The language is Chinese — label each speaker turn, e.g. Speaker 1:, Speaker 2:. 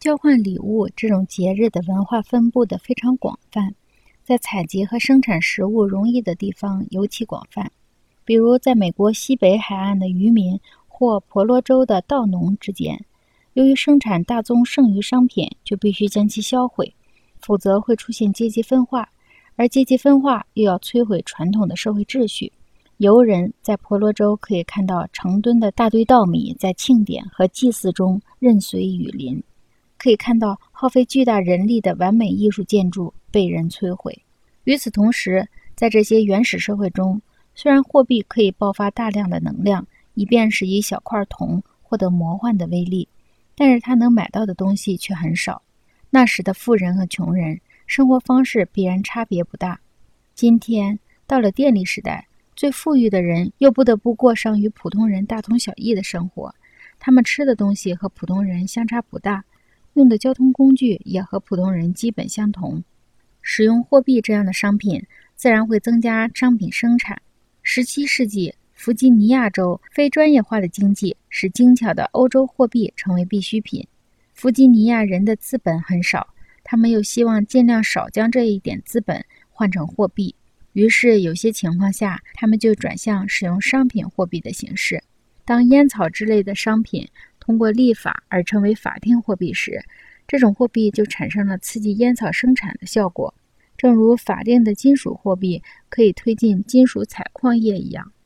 Speaker 1: 交换礼物这种节日的文化分布得非常广泛，在采集和生产食物容易的地方尤其广泛。比如在美国西北海岸的渔民或婆罗洲的稻农之间，由于生产大宗剩余商品，就必须将其销毁，否则会出现阶级分化，而阶级分化又要摧毁传统的社会秩序。游人在婆罗洲可以看到成吨的大堆稻米在庆典和祭祀中任随雨淋，可以看到耗费巨大人力的完美艺术建筑被人摧毁。与此同时，在这些原始社会中，虽然货币可以爆发大量的能量，以便使一小块铜获得魔幻的威力，但是它能买到的东西却很少。那时的富人和穷人生活方式必然差别不大。今天到了电力时代，最富裕的人又不得不过上与普通人大同小异的生活，他们吃的东西和普通人相差不大，用的交通工具也和普通人基本相同。使用货币这样的商品，自然会增加商品生产。17世纪，弗吉尼亚州非专业化的经济使精巧的欧洲货币成为必需品。弗吉尼亚人的资本很少，他们又希望尽量少将这一点资本换成货币，于是有些情况下，他们就转向使用商品货币的形式。当烟草之类的商品通过立法而成为法定货币时，这种货币就产生了刺激烟草生产的效果，正如法定的金属货币可以推进金属采矿业一样。